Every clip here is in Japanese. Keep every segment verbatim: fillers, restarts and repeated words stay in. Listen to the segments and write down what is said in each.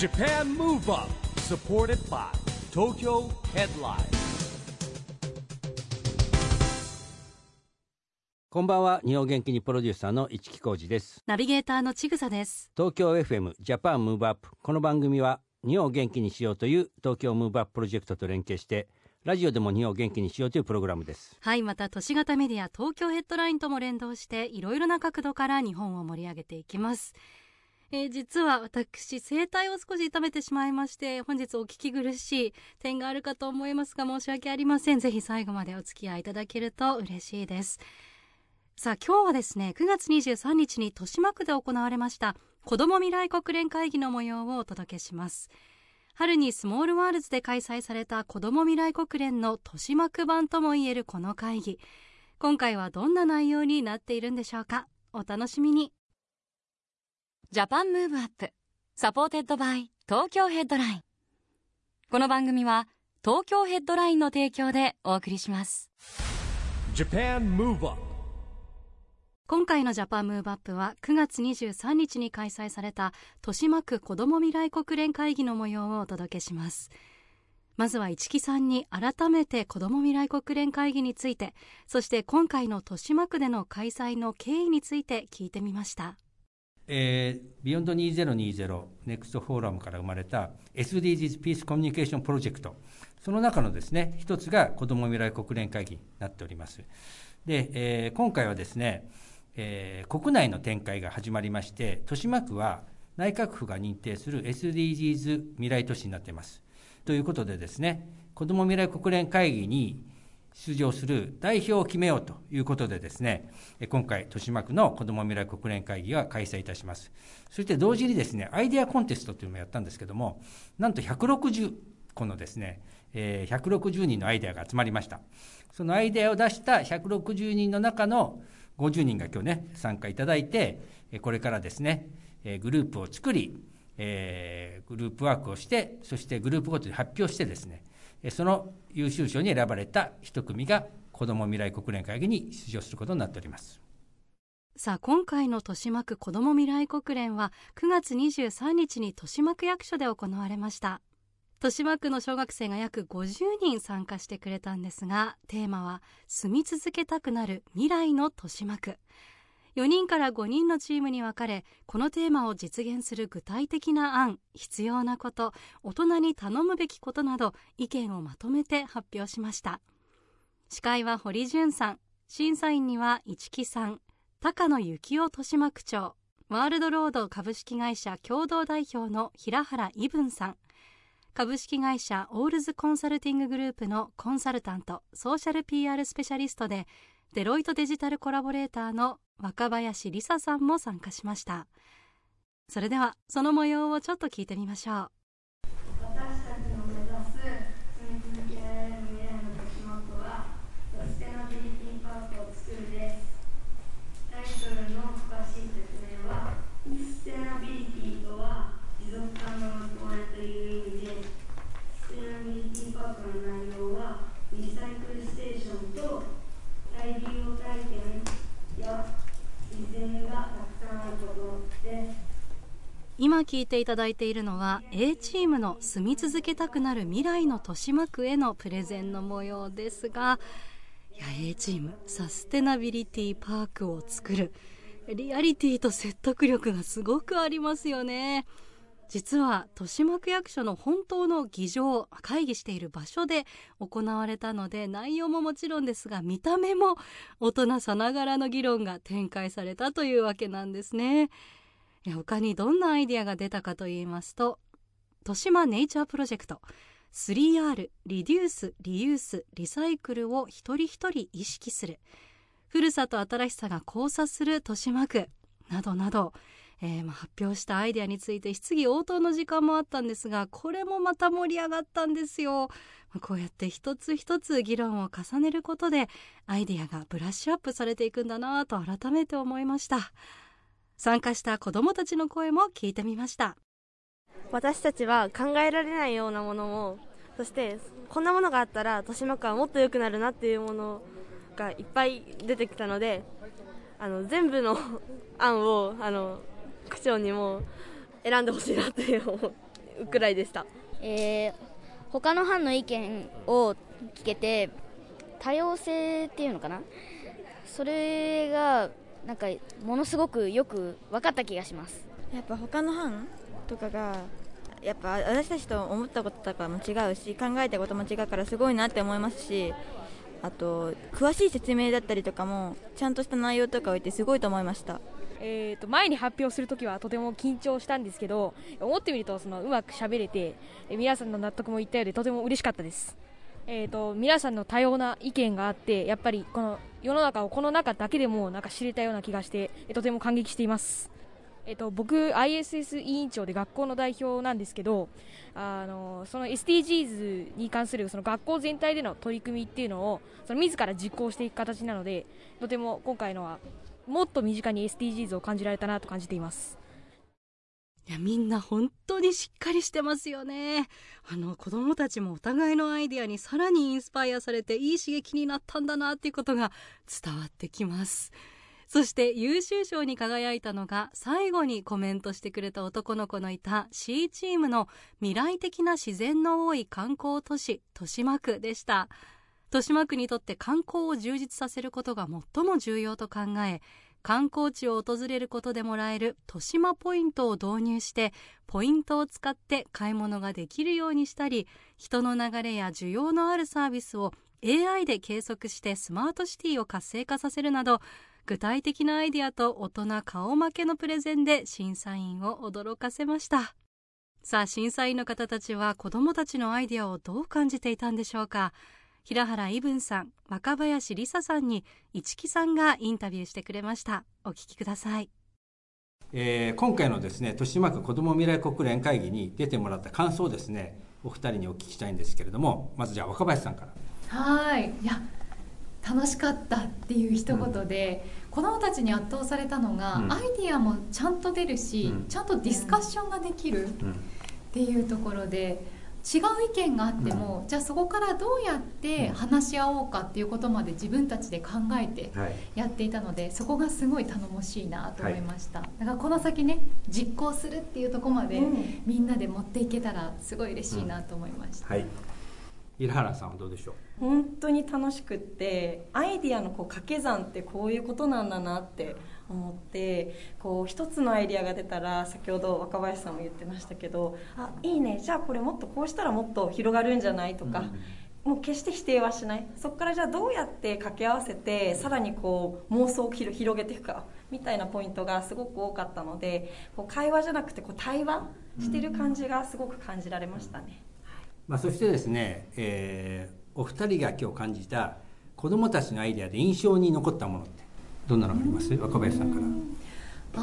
Japan Move Up, supported by Tokyo Headline. こんばんは。日本元気にプロデューサーの市木浩司です。 ナビゲーターのちぐさです。 東京 エフエム ジャパンムーブアップ。この番組は日本を元気にしようという東京ムーブアッププロジェクトと連携してラジオでも日本を元気にしようというプログラムです。 はい、また都市型メディア東京ヘッドラインとも連動していろいろな角度から日本を盛り上げていきます。えー、実は私声帯を少し痛めてしまいまして本日お聞き苦しい点があるかと思いますが申し訳ありません。ぜひ最後までお付き合いいただけると嬉しいです。さあ今日はですねくがつにじゅうさんにちに豊島区で行われました子ども未来国連会議の模様をお届けします。春にスモールワールズで開催された子ども未来国連の豊島区版ともいえるこの会議、今回はどんな内容になっているんでしょうか。お楽しみに。 ジャパンムーブアップサポーテッドバイ東京ヘッドライン。この番組は東京ヘッドラインの提供でお送りします。 Japan Move Up。 今回のジャパンムーブアップはくがつにじゅうさんにちに開催された豊島区子ども未来国連会議の模様をお届けします。まずは市木さんに改めて子ども未来国連会議について、そして今回の豊島区での開催の経緯について聞いてみました。 えー、ビヨンドにせんにじゅうネクストフォーラムから生まれた エスディージーズ ピースコミュニケーションプロジェクト、その中のですね一つが子ども未来国連会議になっております。で、えー、今回はですね、えー、国内の展開が始まりまして、豊島区は内閣府が認定する エスディージーズ 未来都市になっています。ということでですね、子ども未来国連会議に出場する代表を決めようということでですね、今回豊島区の子ども未来国連会議が開催いたします。そして同時にですね、アイデアコンテストというのもやったんですけども、なんとひゃくろくじゅっこのですね、えー、ひゃくろくじゅうにんのアイデアが集まりました。そのアイデアを出したひゃくろくじゅうにんの中のごじゅうにんが今日ね参加いただいて、これからですねグループを作り、えー、グループワークをして、そしてグループごとに発表してですね、その優秀賞に選ばれた一組が子ども未来国連会議に出場することになっております。 さあ今回の豊島区子ども未来国連はくがつにじゅうさんにちに豊島区役所で行われました。豊島区の小学生が約ごじゅうにん参加してくれたんですが、テーマは住み続けたくなる未来の豊島区。よにんからごにんのチームに分かれ、このテーマを実現する具体的な案、必要なこと、大人に頼むべきことなど意見をまとめて発表しました。司会は堀潤さん、審査員には市木さん、高野幸雄豊島区長、ワールドロード株式会社共同代表の平原伊文さん、株式会社オールズコンサルティンググループのコンサルタント、ソーシャル ピーアール スペシャリストでデロイトデジタルコラボレーターの若林梨沙さんも参加しました。それではその模様をちょっと聞いてみましょう。 私たちの目指す住み続けられる未来の豊島区はサステナビリティパークを作るです。タイトルの詳しい説明は、サステナビリティとは持続可能な公園という意味で、サステナビリティパークの内容はリサイクルステーションと再利用体験や自然がたくさんあることです。 今聞いていただいているのは A チームの住み続けたくなる未来の豊島区へのプレゼンの模様ですが、いや A チームサステナビリティパークを作る、リアリティと説得力がすごくありますよね。実は豊島区役所の本当の議場、会議している場所で行われたので、内容ももちろんですが見た目も大人さながらの議論が展開されたというわけなんですね。他にどんなアイデアが出たかといいますと、豊島ネイチャープロジェクト スリーアール リデュース、リユース、リサイクルを一人一人意識する、古さと新しさが交差する豊島区などなど、えー、まあ発表したアイデアについて質疑応答の時間もあったんですが、これもまた盛り上がったんですよ。こうやって一つ一つ議論を重ねることでアイデアがブラッシュアップされていくんだなと改めて思いました。参加した子どもたちの声も聞いてみました。 私たちは考えられないようなものも、そしてこんなものがあったら豊島区はもっと良くなるなっていうものがいっぱい出てきたので、あの全部の案をあの区長にも選んでほしいなっていうくらいでした。 えー、他の班の意見を聞けて多様性っていうのかな、それがなんかものすごくよく分かった気がします。 やっぱ他の班とかがやっぱ私たちと思ったこととかも違うし考えたことも違うからすごいなって思いますし、あと詳しい説明だったりとかもちゃんとした内容とかを言ってすごいと思いました。 えー、と前に発表するときはとても緊張したんですけど、思ってみるとそのうまく喋れて、え皆さんの納得もいったようでとても嬉しかったです。えー、と皆さんの多様な意見があって、やっぱりこの世の中をこの中だけでもなんか知れたような気がして、えとても感激しています。えー、と僕 アイエスエス 委員長で学校の代表なんですけど、あのその エスディージーズ に関するその学校全体での取り組みっていうのをその自ら実行していく形なので、とても今回のはもっと身近に エスディージーズ を感じられたなと感じています。 いや、みんな本当にしっかりしてますよね。あの子供たちもお互いのアイデアにさらにインスパイアされていい刺激になったんだなっていうことが伝わってきます。そして優秀賞に輝いたのが最後にコメントしてくれた男の子のいた C チームの未来的な自然の多い観光都市豊島区でした。豊島区にとって観光を充実させることが最も重要と考え、観光地を訪れることでもらえる豊島ポイントを導入して、ポイントを使って買い物ができるようにしたり、人の流れや需要のあるサービスを エーアイ で計測してスマートシティを活性化させるなど、具体的なアイデアと大人顔負けのプレゼンで審査員を驚かせました。さあ、審査員の方たちは子どもたちのアイデアをどう感じていたんでしょうか。平原伊文さん、若林梨沙さんに市木さんがインタビューしてくれました。お聞きください。 えー、今回のですね豊島区子ども未来国連会議に出てもらった感想をですねお二人にお聞きしたいんですけれども、まずじゃあ若林さんから。 はい、いや楽しかったっていう一言で、うん、子どもたちに圧倒されたのが、うん、アイディアもちゃんと出るし、うん、ちゃんとディスカッションができるっていうところで、違う意見があっても、うん、じゃあそこからどうやって話し合おうかっていうことまで自分たちで考えてやっていたので、はい、そこがすごい頼もしいなと思いました、はい、だからこの先ね実行するっていうところまで、うん、みんなで持っていけたらすごい嬉しいなと思いました、 うんはい、平原さんはどうでしょう。 本当に楽しくって、アイディアのこう掛け算ってこういうことなんだなって思って、こう一つのアイディアが出たら、先ほど若林さんも言ってましたけど、あいいね、じゃあこれもっとこうしたらもっと広がるんじゃないとか、うん、もう決して否定はしない、そこからじゃあどうやって掛け合わせてさらにこう妄想を広げていくかみたいなポイントがすごく多かったので、こう会話じゃなくてこう対話してる感じがすごく感じられましたね、うんまあ、そしてですね、えー、お二人が今日感じた子どもたちのアイデアで印象に残ったものってどんなのがあります？若林さんから。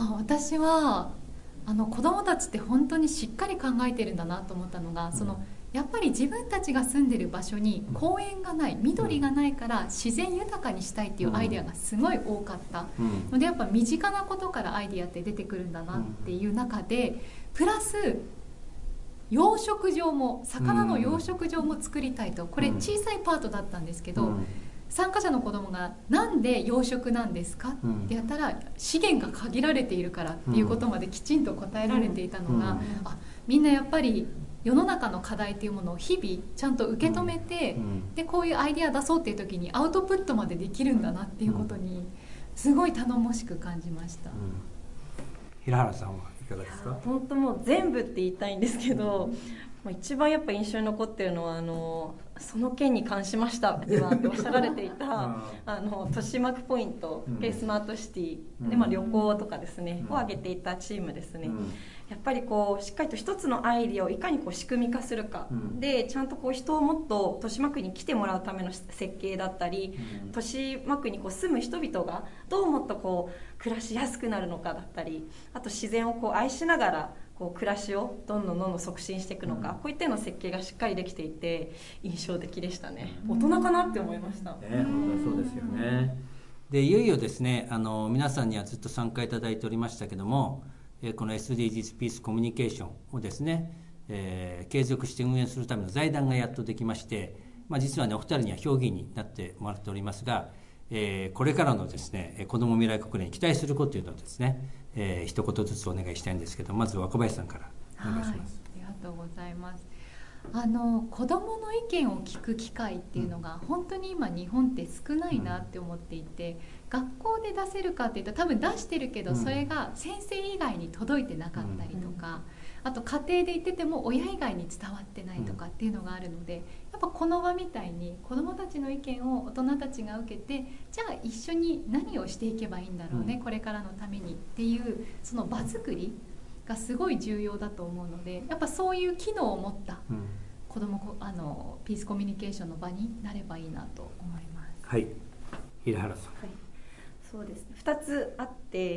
あ私はあの子どもたちって本当にしっかり考えてるんだなと思ったのが、うん、そのやっぱり自分たちが住んでる場所に公園がない、緑がないから自然豊かにしたいっていうアイデアがすごい多かったので、やっぱ身近なことからアイデアって出てくるんだなっていう中で、プラス養殖場も魚の養殖場も作りたいと、これ小さいパートだったんですけど、参加者の子供がなんで養殖なんですかってやったら、資源が限られているからっていうことまできちんと答えられていたのが、あみんなやっぱり世の中の課題っていうものを日々ちゃんと受け止めて、でこういうアイデア出そうっていう時にアウトプットまでできるんだなっていうことにすごい頼もしく感じました、うん、 平原さんはいかがですか？ 本当もう全部って言いたいんですけど、一番やっぱ印象に残っているのはあのその件に関しましたではっておっしゃられていたあの豊島区ポイント、うん、スマートシティで、まあ、旅行とかですね、うん、を挙げていたチームですね、うん、やっぱりこうしっかりと一つのアイディアをいかにこう仕組み化するか、うん、でちゃんとこう人をもっと豊島区に来てもらうための設計だったり、うん、豊島区にこう住む人々がどうもっとこう暮らしやすくなるのかだったり、あと自然をこう愛しながらこう暮らしをどんどんどんどん促進していくのか、うん、こういったような設計がしっかりできていて印象的でしたね。大人かなって思いました、 ね、本当にそうですよね。でいよいよですね、あの皆さんにはずっと参加いただいておりましたけども、えこの エスディージーズ ピースコミュニケーションをですね、えー、継続して運営するための財団がやっとできまして、まあ、実はねお二人には評議員になってもらっておりますが、えー、これからのですね子ども未来国連に期待することというのをですね、えー、一言ずつお願いしたいんですけど、まず若林さんからお願いします。 はい、 とうございます。あの子どもの意見を聞く機会っていうのが本当に今日本って少ないなって思っていて、学校で出せるかっていうと多分出してるけど、それが先生以外に届いてなかったりとか、あと家庭で言ってても親以外に伝わってないとかっていうのがあるので、やっぱこの場みたいに子どもたちの意見を大人たちが受けて、じゃあ一緒に何をしていけばいいんだろうね、これからのためにっていうその場作りがすごい重要だと思うので、やっぱそういう機能を持った子どもあのピースコミュニケーションの場になればいいなと思います。 はい、平原さん。 はい、そうですね、ふたつあって、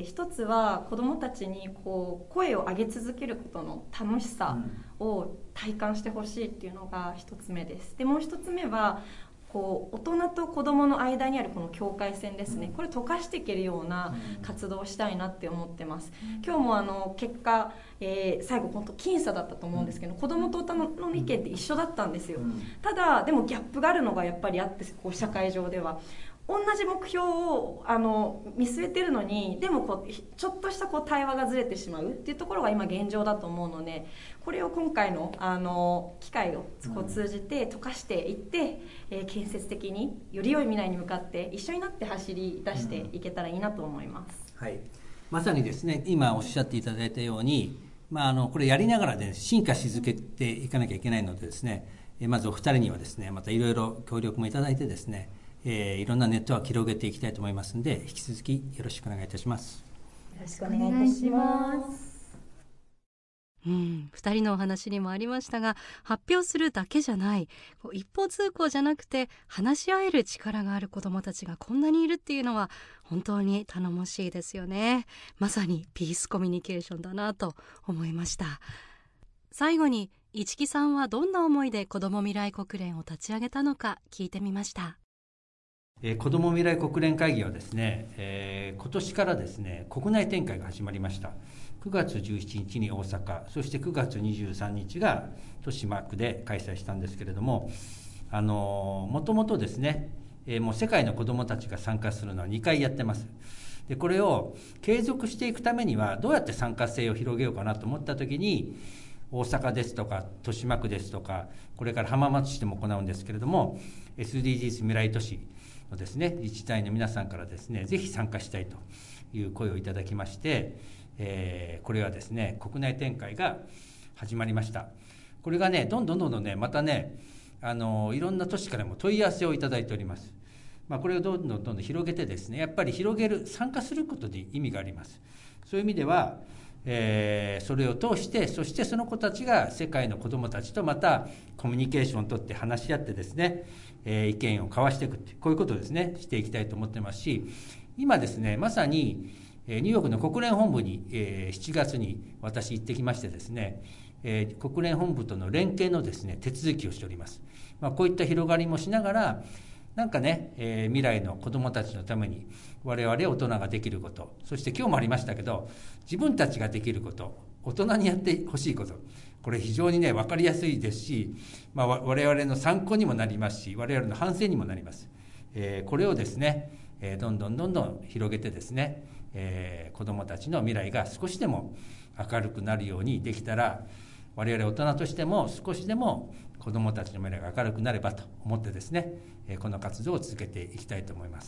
ひとつは子どもたちにこう声を上げ続けることの楽しさを体感してほしいっていうのがひとつめです。でもうひとつめはこう大人と子どもの間にあるこの境界線ですね、これ溶かしていけるような活動をしたいなって思ってます。今日もあの結果、えー、最後本当僅差だったと思うんですけど、子どもと大人の意見って一緒だったんですよ。ただでもギャップがあるのがやっぱりあって、こう社会上では同じ目標をあの見据えてるのに、でもこうちょっとしたこう対話がずれてしまうっていうところが今現状だと思うので、これを今回のあの機会をこう通じて溶かしていって、えー、建設的により良い未来に向かって一緒になって走り出していけたらいいなと思います。 はい、まさにですね、今おっしゃっていただいたように、まあ、あのこれやりながら、ね、進化し続けていかなきゃいけないのでですね、えまずお二人にはですね、またいろいろ協力もいただいてですね、えー、いろんなネットワーク広げていきたいと思いますので、引き続きよろしくお願いいたします。 よろしくお願いいたします。 うん、ふたりのお話にもありましたが、発表するだけじゃない、こう一方通行じゃなくて話し合える力がある子どもたちがこんなにいるっていうのは本当に頼もしいですよね。まさにピースコミュニケーションだなと思いました。最後に市木さんはどんな思いで子ども未来国連を立ち上げたのか聞いてみました。 えー、子ども未来国連会議はですね、えー、今年からですね、国内展開が始まりました。くがつじゅうしちにちに大阪、そしてくがつにじゅうさんにちが豊島区で開催したんですけれども、あのー、もともとですね、えー、もう世界の子どもたちが参加するのはにかいやってます。でこれを継続していくためにはどうやって参加性を広げようかなと思ったときに、大阪ですとか豊島区ですとか、これから浜松市でも行うんですけれども、 エスディージーズ 未来都市のですね、自治体の皆さんからですね、ぜひ参加したいという声をいただきまして、えー、これはですね、国内展開が始まりました。これがね、どんどんどんどんね、またね、あのいろんな都市からも問い合わせをいただいております。まあ、これをどんどんどんどん広げてですね、やっぱり広げる、参加することで意味があります。そういう意味では、えー、それを通して、そしてその子たちが世界の子どもたちとまたコミュニケーションをとって話し合ってですね、えー、意見を交わしていくって、こういうことをですね、していきたいと思ってますし、今ですね、まさにニューヨークの国連本部に、えー、しちがつに私行ってきましてですね、えー、国連本部との連携のですね、手続きをしております。まあ、こういった広がりもしながら、なんかね、えー、未来の子どもたちのために我々大人ができること、そして今日もありましたけど、自分たちができること、大人にやってほしいこと、これ非常にね、分かりやすいですし、まあ、我々の参考にもなりますし、我々の反省にもなります。えー、これをですね、えー、どんどんどんどん広げてですね、えー、子どもたちの未来が少しでも明るくなるようにできたら、我々大人としても少しでも子どもたちの未来が明るくなればと思ってですね、この活動を続けていきたいと思います。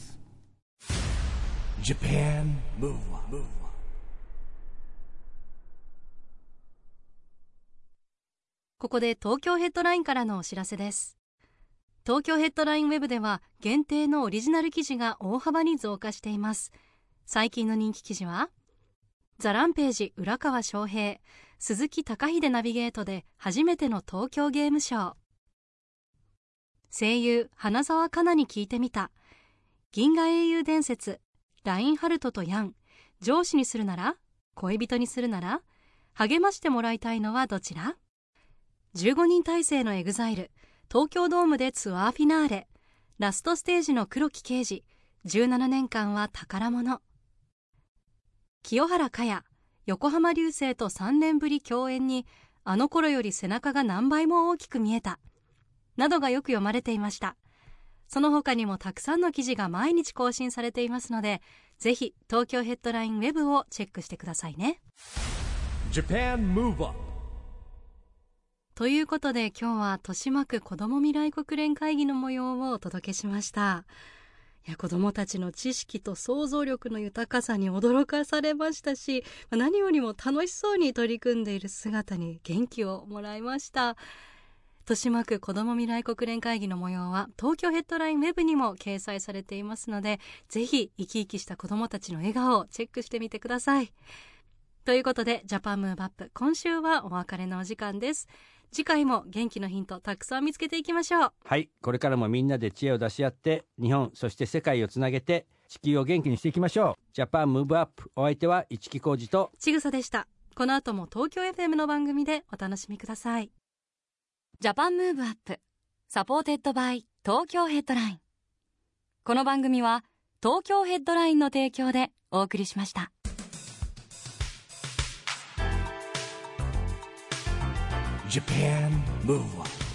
Japan Move Up。 ここで東京ヘッドラインからのお知らせです。東京ヘッドラインウェブでは限定のオリジナル記事が大幅に増加しています。最近の人気記事は、ザランページ浦川翔平、鈴木貴秀ナビゲートで初めての東京ゲームショー、声優花澤香菜に聞いてみた、銀河英雄伝説、ラインハルトとヤン、上司にするなら恋人にするなら、励ましてもらいたいのはどちら、じゅうごにん体制のエグザイル、東京ドームでツアーフィナーレ、ラストステージの黒木啓司、じゅうななねんかんは宝物、清原果耶、横浜流星とさんねんぶり共演に、あの頃より背中が何倍も大きく見えた、などがよく読まれていました。その他にもたくさんの記事が毎日更新されていますので、ぜひ東京ヘッドラインウェブをチェックしてくださいね。 Japan Move Up。 ということで今日は豊島区子ども未来国連会議の模様をお届けしました。いや、子どもたちの知識と想像力の豊かさに驚かされましたし、何よりも楽しそうに取り組んでいる姿に元気をもらいました。豊島区子ども未来国連会議の模様は東京ヘッドラインウェブにも掲載されていますので、ぜひ生き生きした子どもたちの笑顔をチェックしてみてください。ということでジャパンムーブアップ、今週はお別れのお時間です。次回も元気のヒントたくさん見つけていきましょう。 はい、これからもみんなで知恵を出し合って日本そして世界をつなげて地球を元気にしていきましょう。ジャパンムーブアップ、お相手は市木浩二とちぐさでした。この後も東京 エフエム の番組でお楽しみください。 ジャパンムーブアップ、サポーテッドバイ東京ヘッドライン。この番組は東京ヘッドラインの提供でお送りしました。 Japan Move Up